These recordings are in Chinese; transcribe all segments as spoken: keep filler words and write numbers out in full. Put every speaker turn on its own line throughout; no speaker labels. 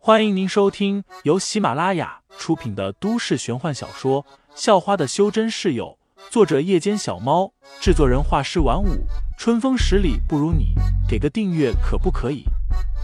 欢迎您收听由喜马拉雅出品的都市玄幻小说《校花的修真室友》，作者夜间小猫，制作人画师晚舞，春风十里不如你，给个订阅可不可以？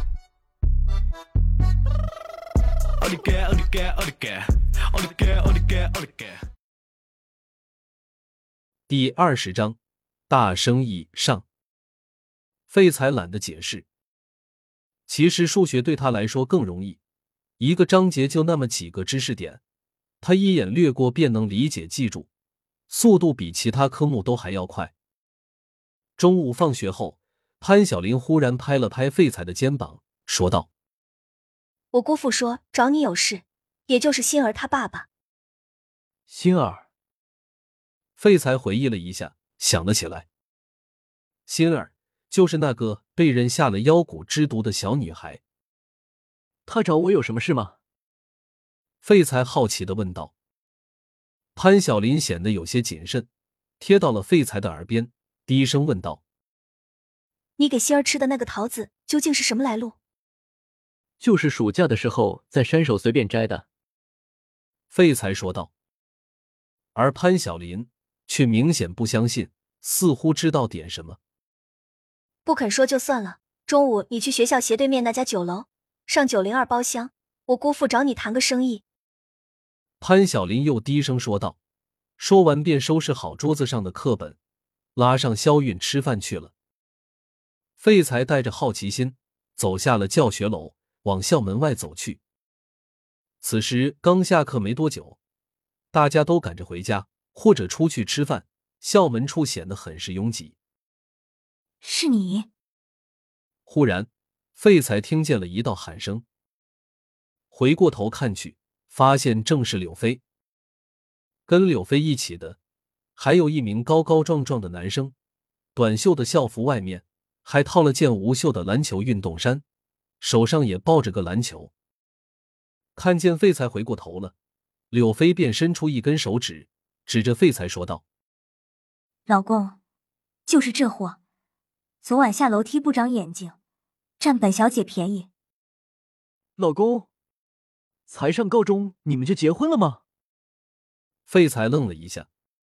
第二十章，大生意上。废材懒得解释，其实数学对他来说更容易，一个章节就那么几个知识点，他一眼略过便能理解记住，速度比其他科目都还要快。中午放学后，潘晓林忽然拍了拍废材的肩膀，说道：
我姑父说找你有事，也就是欣儿他爸爸。
欣儿。
废材回忆了一下，想了起来。欣儿就是那个被人下了妖蛊之毒的小女孩。
他找我有什么事吗？
废材好奇地问道。潘晓林显得有些谨慎，贴到了废材的耳边，低声问道：
你给欣儿吃的那个桃子究竟是什么来路？
就是暑假的时候在山手随便摘的。
废材说道。而潘晓林却明显不相信，似乎知道点什么。
不肯说就算了，中午你去学校斜对面那家酒楼上九零二包厢，我姑父找你谈个生意。
潘晓林又低声说道，说完便收拾好桌子上的课本，拉上肖韵吃饭去了。废材带着好奇心走下了教学楼，往校门外走去。此时刚下课没多久，大家都赶着回家或者出去吃饭，校门处显得很是拥挤。
是你？
忽然废材听见了一道喊声，回过头看去，发现正是柳飞。跟柳飞一起的还有一名高高壮壮的男生，短袖的校服外面还套了件无袖的篮球运动衫，手上也抱着个篮球。看见废材回过头了，柳飞便伸出一根手指，指着废材说道：
老公，就是这货，昨晚下楼梯不长眼睛，占本小姐便宜。
老公，才上高中你们就结婚了吗？
废材愣了一下。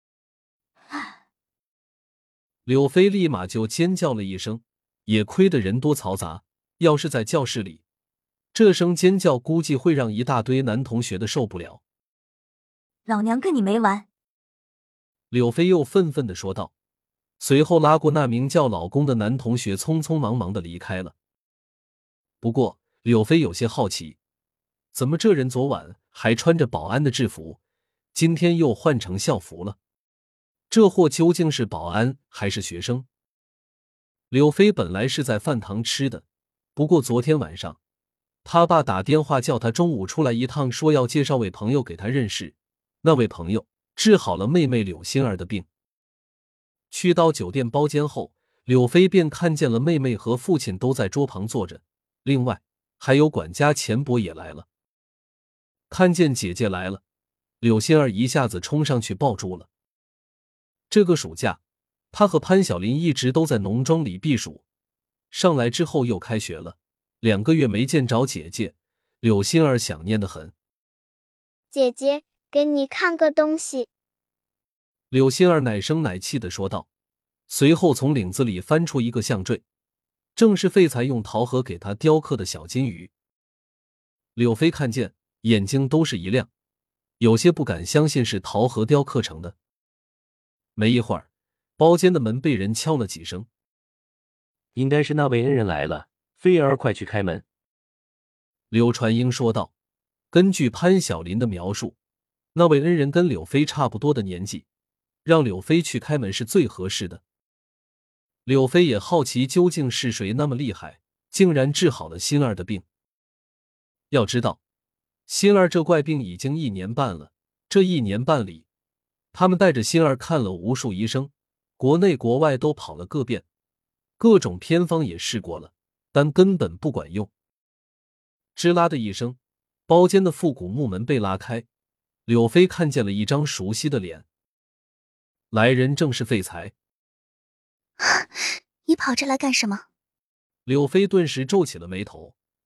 柳飞立马就尖叫了一声，也亏得人多嘈杂，要是在教室里，这声尖叫估计会让一大堆男同学的受不了。
老娘跟你没完！
柳飞又愤愤地说道，随后拉过那名叫老公的男同学，匆匆忙忙地离开了。不过柳飞有些好奇，怎么这人昨晚还穿着保安的制服，今天又换成校服了？这货究竟是保安还是学生？柳飞本来是在饭堂吃的，不过昨天晚上他爸打电话叫他中午出来一趟，说要介绍位朋友给他认识，那位朋友治好了妹妹柳欣儿的病。去到酒店包间后，柳飞便看见了妹妹和父亲都在桌旁坐着，另外还有管家钱伯也来了。看见姐姐来了，柳欣儿一下子冲上去抱住了。这个暑假她和潘晓林一直都在农庄里避暑，上来之后又开学了，两个月没见着姐姐，柳欣儿想念得很。
姐姐，给你看个东西。
柳欣儿奶声奶气地说道，随后从领子里翻出一个项坠，正是废材用桃核给他雕刻的小金鱼。柳飞看见，眼睛都是一亮，有些不敢相信是桃核雕刻成的。没一会儿，包间的门被人敲了几声。
应该是那位恩人来了，菲儿快去开门。
柳传英说道。根据潘晓林的描述，那位恩人跟柳飞差不多的年纪，让柳飞去开门是最合适的。柳飞也好奇究竟是谁那么厉害，竟然治好了欣儿的病。要知道，欣儿这怪病已经一年半了，这一年半里，他们带着欣儿看了无数医生，国内国外都跑了个遍，各种偏方也试过了，但根本不管用。吱啦的一声，包间的复古木门被拉开，柳飞看见了一张熟悉的脸。来人正是废材。
你跑这来干什么？
柳飞顿时皱起了眉头，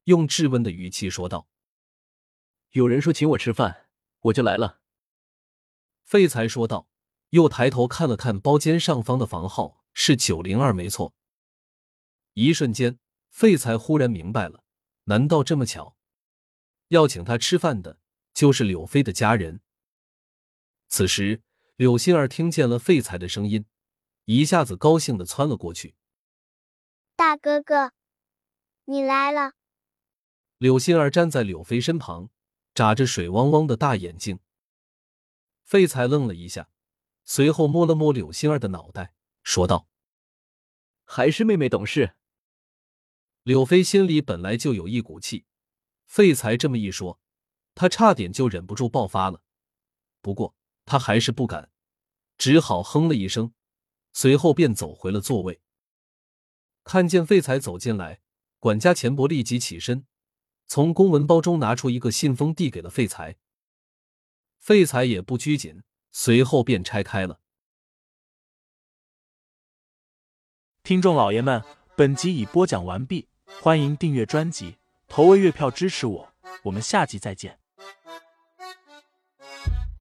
用质问的语气说道：“
有人说请我吃饭，我就来了。”
废材说道，又抬头看了看包间上方的房号，是九零二没错。一瞬间，废材忽然明白了，难道这么巧，要请他吃饭的就是柳飞的家人？此时，柳心儿听见了废材的声音，一下子高兴地窜了过去。
大哥哥，你来了。
柳心儿站在柳飞身旁，眨着水汪汪的大眼睛。废材愣了一下，随后摸了摸柳心儿的脑袋，说道：“
还是妹妹懂事。”
柳飞心里本来就有一股气，废材这么一说，他差点就忍不住爆发了。不过他还是不敢，只好哼了一声，随后便走回了座位。看见废材走进来，管家钱伯立即起身，从公文包中拿出一个信封递给了废材。废材也不拘谨，随后便拆开了。
听众老爷们，本集已播讲完毕，欢迎订阅专辑，投喂月票支持我，我们下集再见。